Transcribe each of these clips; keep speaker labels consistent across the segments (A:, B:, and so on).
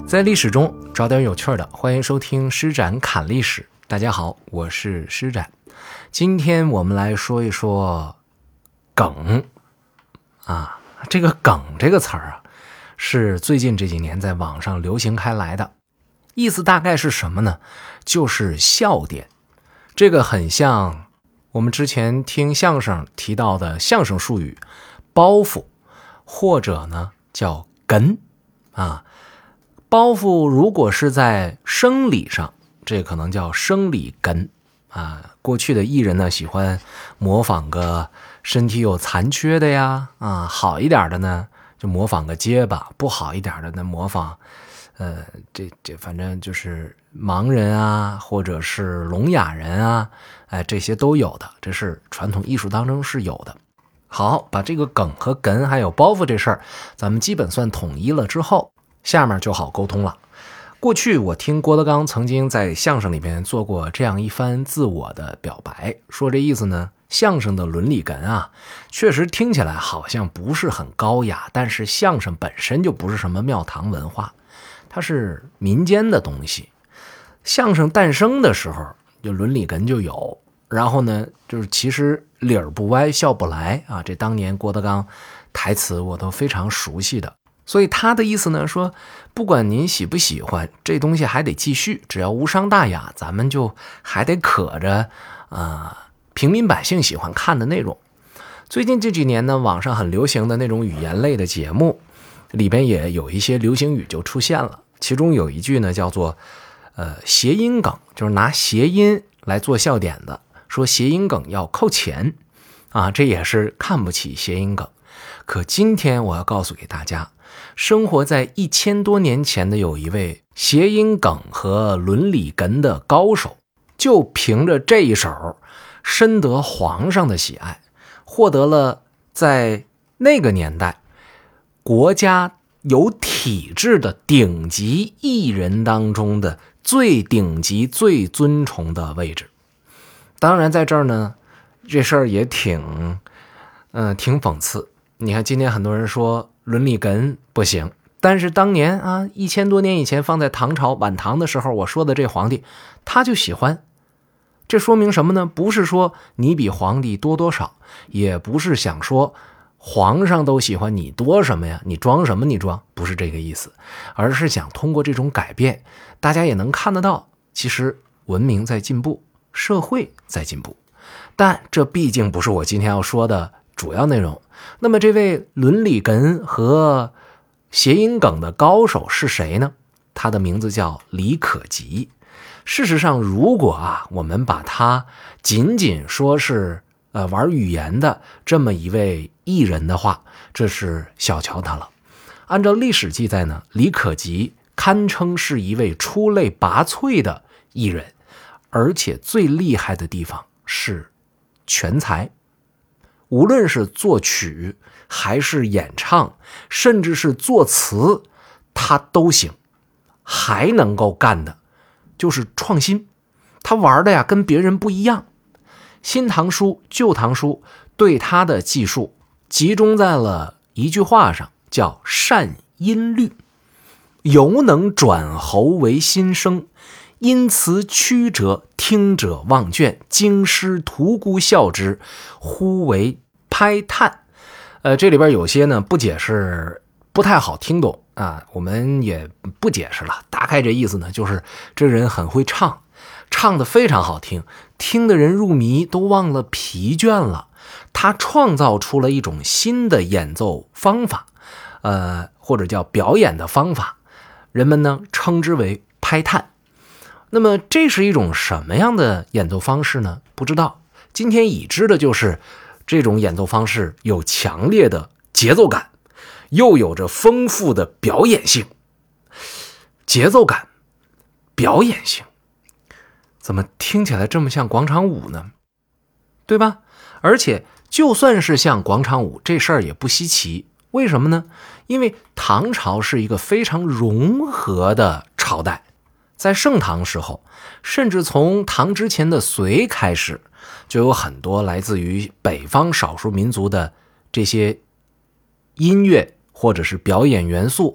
A: 在历史中找点有趣的，欢迎收听施展侃历史。大家好，我是施展。今天我们来说一说梗啊，这个梗这个词儿啊，是最近这几年在网上流行开来的。意思大概是什么呢？就是笑点。这个很像我们之前听相声提到的相声术语包袱，或者呢叫哏啊。包袱如果是在生理上，这可能叫生理哏啊。过去的艺人呢喜欢模仿个身体有残缺的呀，好一点的呢就模仿个结巴，不好一点的呢模仿这反正就是盲人啊，或者是聋哑人啊，这些都有的，这是传统艺术当中是有的。好，把这个梗和哏还有包袱这事儿咱们基本算统一了之后，下面就好沟通了。过去我听郭德纲曾经在相声里边做过这样一番自我的表白，说这意思呢，相声的伦理哏啊，确实听起来好像不是很高雅，但是相声本身就不是什么庙堂文化，它是民间的东西。相声诞生的时候就伦理哏就有，然后呢就是其实理儿不歪笑不来啊，这当年郭德纲台词我都非常熟悉的。所以他的意思呢说，不管您喜不喜欢，这东西还得继续，只要无伤大雅，咱们就还得可着平民百姓喜欢看的内容。最近这几年呢，网上很流行的那种语言类的节目里边也有一些流行语就出现了，其中有一句呢叫做谐音梗，就是拿谐音来做笑点的，说谐音梗要扣钱啊，这也是看不起谐音梗。可今天我要告诉给大家，生活在1000多年前的有一位谐音梗和伦理哏的高手，就凭着这一手深得皇上的喜爱，获得了在那个年代国家有体制的顶级艺人当中的最顶级最尊崇的位置。当然在这儿呢，这事儿也挺讽刺。你看今天很多人说伦理哏不行，但是当年啊1000多年以前放在唐朝晚唐的时候，我说的这皇帝他就喜欢。这说明什么呢？不是说你比皇帝多多少，也不是想说皇上都喜欢你多什么呀，你装什么你装，不是这个意思，而是想通过这种改变，大家也能看得到，其实文明在进步，社会在进步。但这毕竟不是我今天要说的主要内容。那么这位伦理哏和谐音梗的高手是谁呢？他的名字叫李可吉。事实上如果我们把他仅仅说是玩语言的这么一位艺人的话，这是小瞧他了。按照历史记载呢，李可吉堪称是一位出类拔萃的艺人，而且最厉害的地方是全才。无论是作曲还是演唱，甚至是作词，他都行。还能够干的就是创新，他玩的跟别人不一样。新唐书旧唐书对他的技术集中在了一句话上，叫善音律，犹能转喉为心声，因词曲折，听者忘倦，经师徒姑笑之，呼为拍叹。这里边有些呢不解释不太好听懂啊，我们也不解释了。大概这意思呢，就是这人很会唱，唱得非常好听，听的人入迷，都忘了疲倦了。他创造出了一种新的演奏方法，或者叫表演的方法，人们呢称之为拍叹。那么这是一种什么样的演奏方式呢？不知道。今天已知的就是这种演奏方式有强烈的节奏感，又有着丰富的表演性。节奏感，表演性，怎么听起来这么像广场舞呢？对吧？而且就算是像广场舞，这事儿也不稀奇。为什么呢？因为唐朝是一个非常融合的朝代，在盛唐时候，甚至从唐之前的隋开始，就有很多来自于北方少数民族的这些音乐或者是表演元素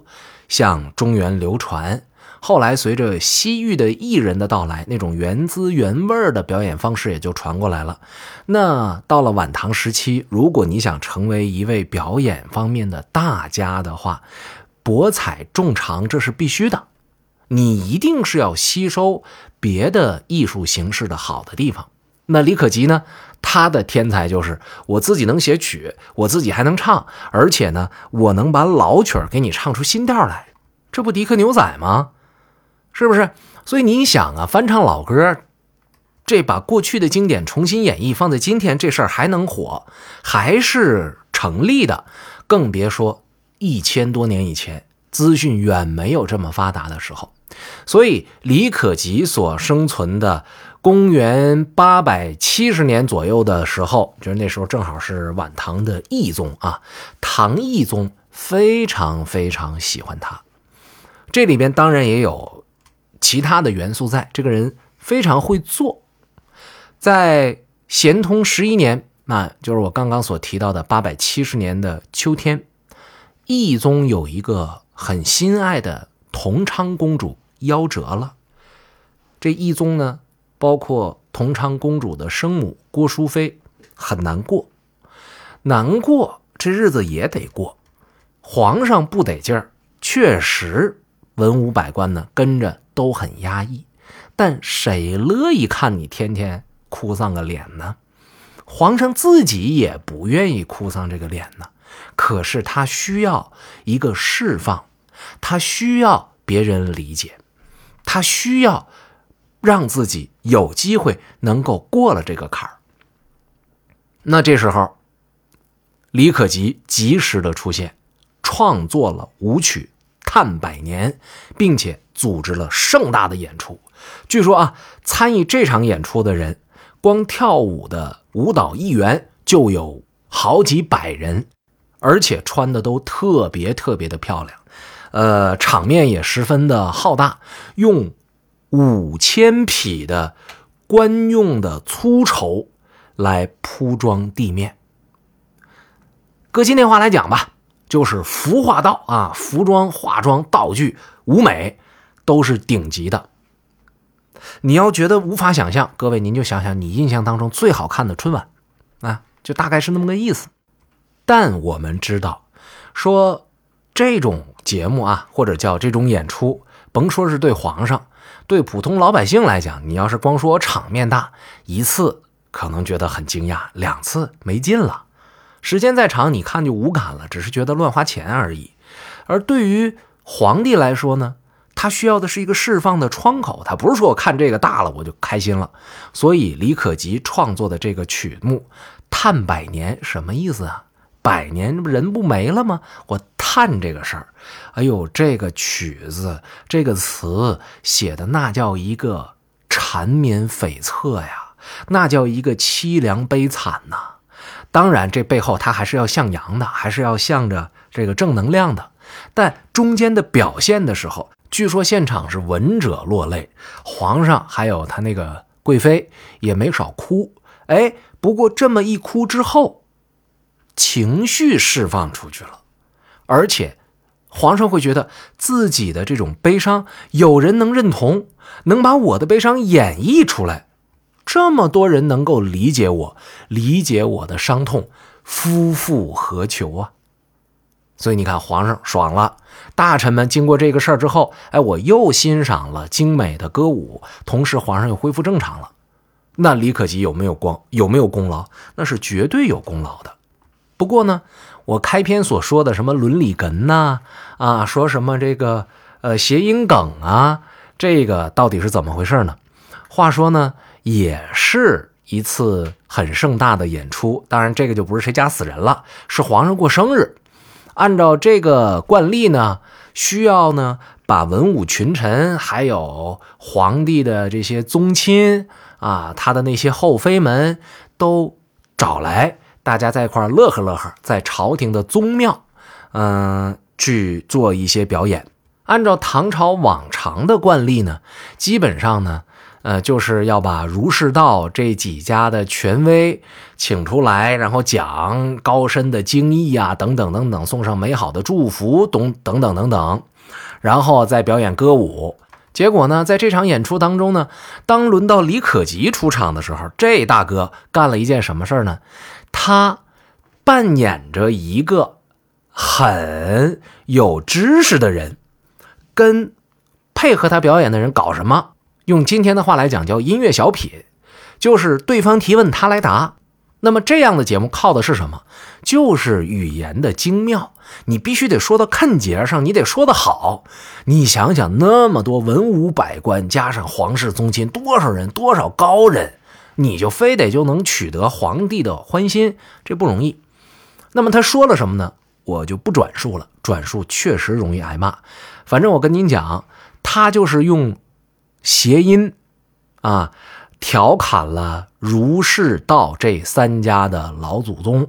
A: 向中原流传。后来随着西域的艺人的到来，那种原汁原味的表演方式也就传过来了。那到了晚唐时期，如果你想成为一位表演方面的大家的话，博采众长这是必须的，你一定是要吸收别的艺术形式的好的地方。那李可吉呢，他的天才就是我自己能写曲，我自己还能唱，而且呢，我能把老曲给你唱出新调来，这不迪克牛仔吗？是不是？所以你想啊，翻唱老歌，这把过去的经典重新演绎放在今天，这事儿还能火，还是成立的。更别说1000多年以前，资讯远没有这么发达的时候。所以李可吉所生存的公元870年左右的时候，就是那时候正好是晚唐的懿宗啊，唐懿宗非常非常喜欢他。这里边当然也有其他的元素在，这个人非常会做。在咸通11年，那就是我刚刚所提到的870年的秋天，懿宗有一个很心爱的同昌公主夭折了。这懿宗呢，包括同昌公主的生母郭淑妃，很难过。这日子也得过，皇上不得劲儿，确实文武百官呢跟着都很压抑，但谁乐意看你天天哭丧个脸呢？皇上自己也不愿意哭丧这个脸呢，可是他需要一个释放，他需要别人理解，他需要让自己有机会能够过了这个坎儿。那这时候李可吉及时的出现，创作了舞曲《叹百年》，并且组织了盛大的演出。据说啊，参与这场演出的人，光跳舞的舞蹈艺员就有好几百人，而且穿的都特别特别的漂亮。场面也十分的浩大，用5000匹的官用的粗绸来铺装地面。搁今天话来讲吧，就是服化道啊，服装、化妆、道具、舞美都是顶级的。你要觉得无法想象，各位您就想想你印象当中最好看的春晚啊，就大概是那么个意思。但我们知道说这种节目啊，或者叫这种演出，甭说是对皇上，对普通老百姓来讲，你要是光说场面大，一次可能觉得很惊讶，2次没劲了，时间再长你看就无感了，只是觉得乱花钱而已。而对于皇帝来说呢，他需要的是一个释放的窗口，他不是说我看这个大了我就开心了。所以李可吉创作的这个曲目《叹百年》什么意思啊？100年人不没了吗？我叹这个事儿，哎呦，这个曲子这个词写的那叫一个缠绵悱恻呀，那叫一个凄凉悲惨呐。当然这背后它还是要向阳的，还是要向着这个正能量的，但中间的表现的时候，据说现场是闻者落泪，皇上还有他那个贵妃也没少哭。不过这么一哭之后，情绪释放出去了，而且皇上会觉得自己的这种悲伤有人能认同，能把我的悲伤演绎出来，这么多人能够理解我，理解我的伤痛，夫复何求啊？所以你看皇上爽了，大臣们经过这个事儿之后，我又欣赏了精美的歌舞，同时皇上又恢复正常了。那李可吉有没有功劳？那是绝对有功劳的。不过呢，我开篇所说的什么伦理哏呐，说什么这个谐音梗啊，这个到底是怎么回事呢？话说呢，也是一次很盛大的演出，当然这个就不是谁家死人了，是皇上过生日。按照这个惯例呢，需要呢把文武群臣还有皇帝的这些宗亲啊，他的那些后妃们都找来，大家在一块乐呵乐呵，在朝廷的宗庙去做一些表演。按照唐朝往常的惯例呢，基本上呢就是要把儒释道这几家的权威请出来，然后讲高深的经义啊，等等等等，送上美好的祝福，等等等等，然后再表演歌舞。结果呢，在这场演出当中呢，当轮到李可吉出场的时候，这大哥干了一件什么事呢？他扮演着一个很有知识的人，跟配合他表演的人搞什么？用今天的话来讲叫音乐小品，就是对方提问他来答。那么这样的节目靠的是什么？就是语言的精妙，你必须得说到看节上，你得说得好。你想想，那么多文武百官加上皇室宗亲，多少人，多少高人，你就非得就能取得皇帝的欢心，这不容易。那么他说了什么呢？我就不转述了，转述确实容易挨骂。反正我跟您讲，他就是用谐音啊，调侃了儒释道这三家的老祖宗，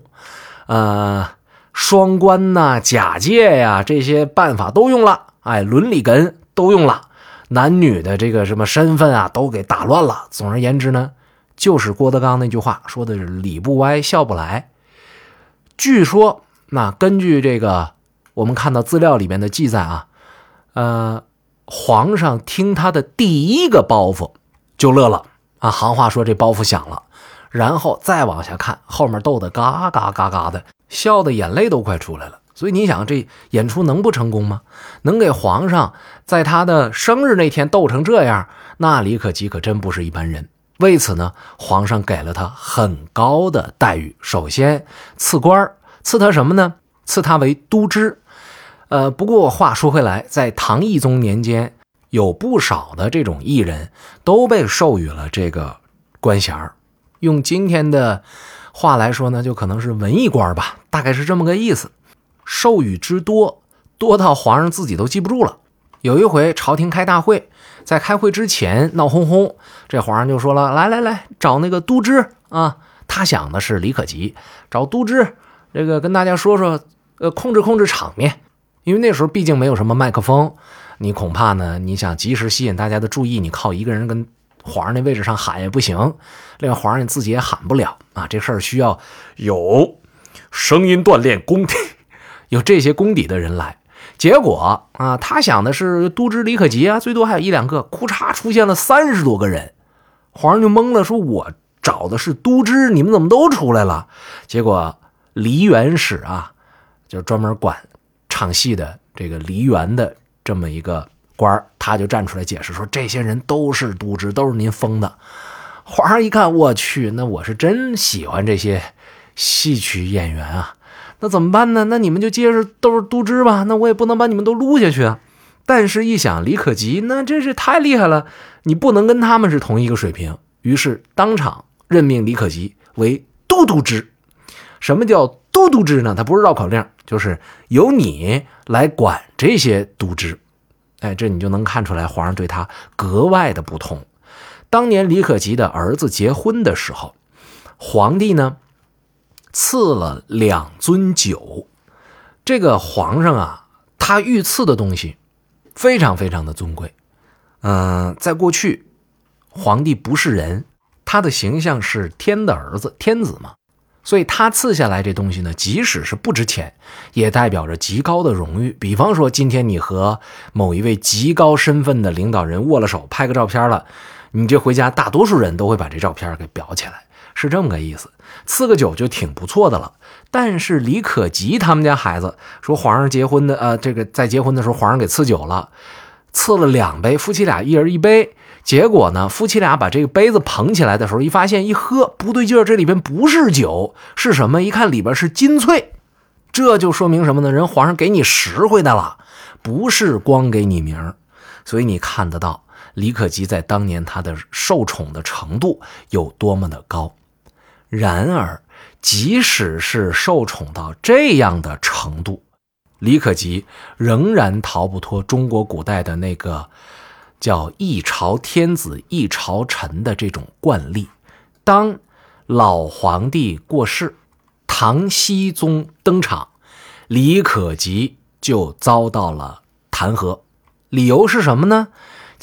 A: 双关呐、假借呀，这些办法都用了，伦理根都用了，男女的这个什么身份啊，都给打乱了。总而言之呢，就是郭德纲那句话说的是理不歪，笑不来。据说，那根据这个我们看到资料里面的记载啊，皇上听他的第一个包袱就乐了啊，行话说这包袱响了，然后再往下看，后面逗得嘎嘎嘎嘎的，笑的眼泪都快出来了。所以你想，这演出能不成功吗？能给皇上在他的生日那天逗成这样，那李可吉可真不是一般人。为此呢，皇上给了他很高的待遇。首先赐官，赐他什么呢？赐他为都知。不过话说回来，在唐懿宗年间，有不少的这种艺人都被授予了这个官衔，用今天的话来说呢，就可能是文艺官吧，大概是这么个意思。授予之多，多到皇上自己都记不住了。有一回朝廷开大会，在开会之前闹哄哄，这皇上就说了，来找那个都知啊，他想的是李可吉，找都知，这个跟大家说说，控制场面。因为那时候毕竟没有什么麦克风，你恐怕呢，你想及时吸引大家的注意，你靠一个人跟皇上那位置上喊也不行，另外皇上你自己也喊不了啊，这事儿需要有声音锻炼功底，有这些功底的人来。结果啊，他想的是都知李可吉啊，最多还有一两个，哭嚓出现了30多个人，皇上就懵了，说我找的是都知，你们怎么都出来了？结果梨园使啊，就专门管唱戏的这个梨园的这么一个官，他就站出来解释说，这些人都是都知，都是您封的。皇上一看，我去，那我是真喜欢这些戏曲演员啊，那怎么办呢？那你们就接着都是都知吧，那我也不能把你们都撸下去啊。但是一想李可吉，那真是太厉害了，你不能跟他们是同一个水平，于是当场任命李可吉为都知。什么叫都知呢？它不是绕口令，就是由你来管这些都知。这你就能看出来皇上对他格外的不同。当年李可吉的儿子结婚的时候，皇帝呢赐了2樽酒。这个皇上啊，他御赐的东西非常非常的尊贵。在过去皇帝不是人，他的形象是天的儿子，天子嘛，所以他赐下来这东西呢，即使是不值钱，也代表着极高的荣誉。比方说今天你和某一位极高身份的领导人握了手，拍个照片了，你这回家大多数人都会把这照片给裱起来，是这么个意思。赐个酒就挺不错的了。但是李可吉他们家孩子说，皇上结婚的这个在结婚的时候皇上给赐酒了，赐了2杯，夫妻俩一人1杯。结果呢，夫妻俩把这个杯子捧起来的时候，一发现一喝不对劲儿，这里边不是酒，是什么？一看里边是金粹。这就说明什么呢？人皇上给你实惠的了，不是光给你名。所以你看得到李可吉在当年他的受宠的程度有多么的高。然而即使是受宠到这样的程度，李可吉仍然逃不脱中国古代的那个叫一朝天子一朝臣的这种惯例。当老皇帝过世，唐僖宗登场，李可吉就遭到了弹劾。理由是什么呢？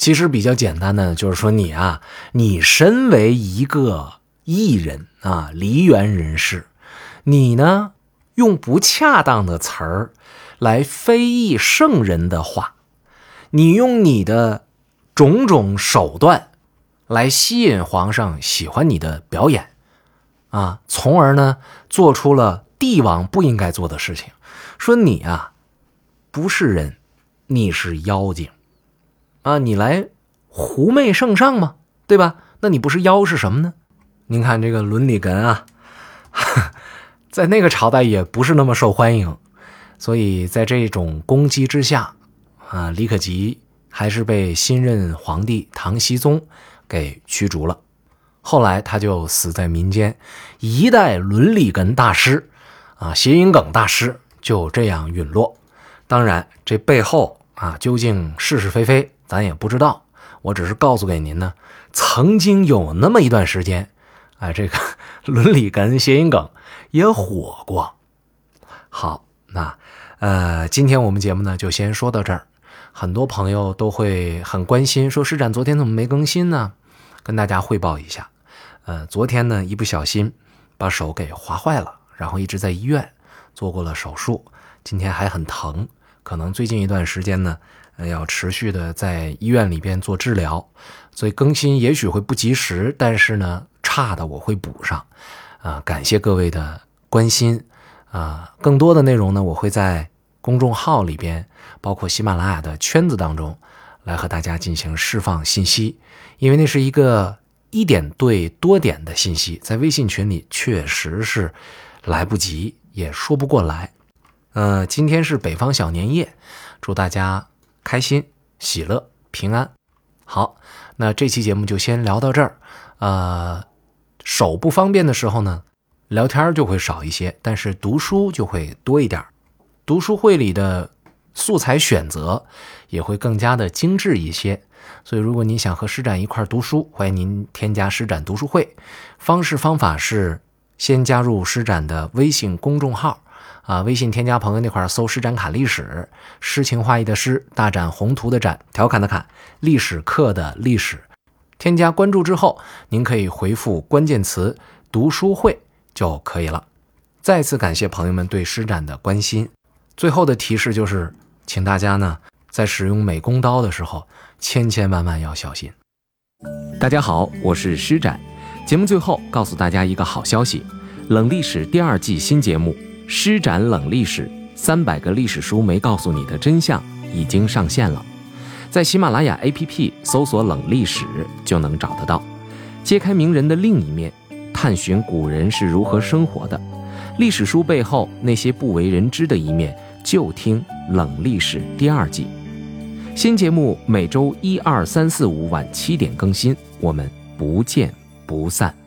A: 其实比较简单的就是说你身为一个艺人梨园人士，你呢用不恰当的词儿来非议圣人的话，你用你的种种手段来吸引皇上喜欢你的表演从而呢做出了帝王不应该做的事情，说你不是人，你是妖精你来狐媚圣上吗？对吧？那你不是妖是什么呢？您看这个伦理哏在那个朝代也不是那么受欢迎，所以在这种攻击之下李可吉还是被新任皇帝唐僖宗给驱逐了。后来他就死在民间，一代伦理哏大师谐音梗大师就这样陨落。当然这背后究竟是是非非咱也不知道，我只是告诉给您呢，曾经有那么一段时间这个伦理哏谐音梗也火过。好，那今天我们节目呢就先说到这儿。很多朋友都会很关心，说施展昨天怎么没更新呢？跟大家汇报一下，昨天呢一不小心把手给划坏了，然后一直在医院做过了手术，今天还很疼，可能最近一段时间呢要持续的在医院里边做治疗，所以更新也许会不及时，但是呢差的我会补上感谢各位的关心更多的内容呢我会在公众号里边，包括喜马拉雅的圈子当中来和大家进行释放信息，因为那是一个一点对多点的信息，在微信群里确实是来不及，也说不过来。今天是北方小年夜，祝大家开心、喜乐、平安。好，那这期节目就先聊到这儿。手不方便的时候呢，聊天就会少一些，但是读书就会多一点。读书会里的素材选择也会更加的精致一些，所以如果您想和施展一块读书，欢迎您添加施展读书会。方法是先加入施展的微信公众号微信添加朋友那块搜施展侃历史，诗情画意的诗，大展宏图的展，调侃的侃，历史课的历史。添加关注之后，您可以回复关键词读书会就可以了。再次感谢朋友们对施展的关心。最后的提示就是，请大家呢在使用美工刀的时候千万要小心。
B: 大家好，我是施展。节目最后告诉大家一个好消息，冷历史第2季新节目施展冷历史300个历史书没告诉你的真相已经上线了，在喜马拉雅 APP 搜索冷历史就能找得到。揭开名人的另一面，探寻古人是如何生活的，历史书背后那些不为人知的一面，就听冷历史第2季。新节目每周1、2、3、4、5晚7点更新，我们不见不散。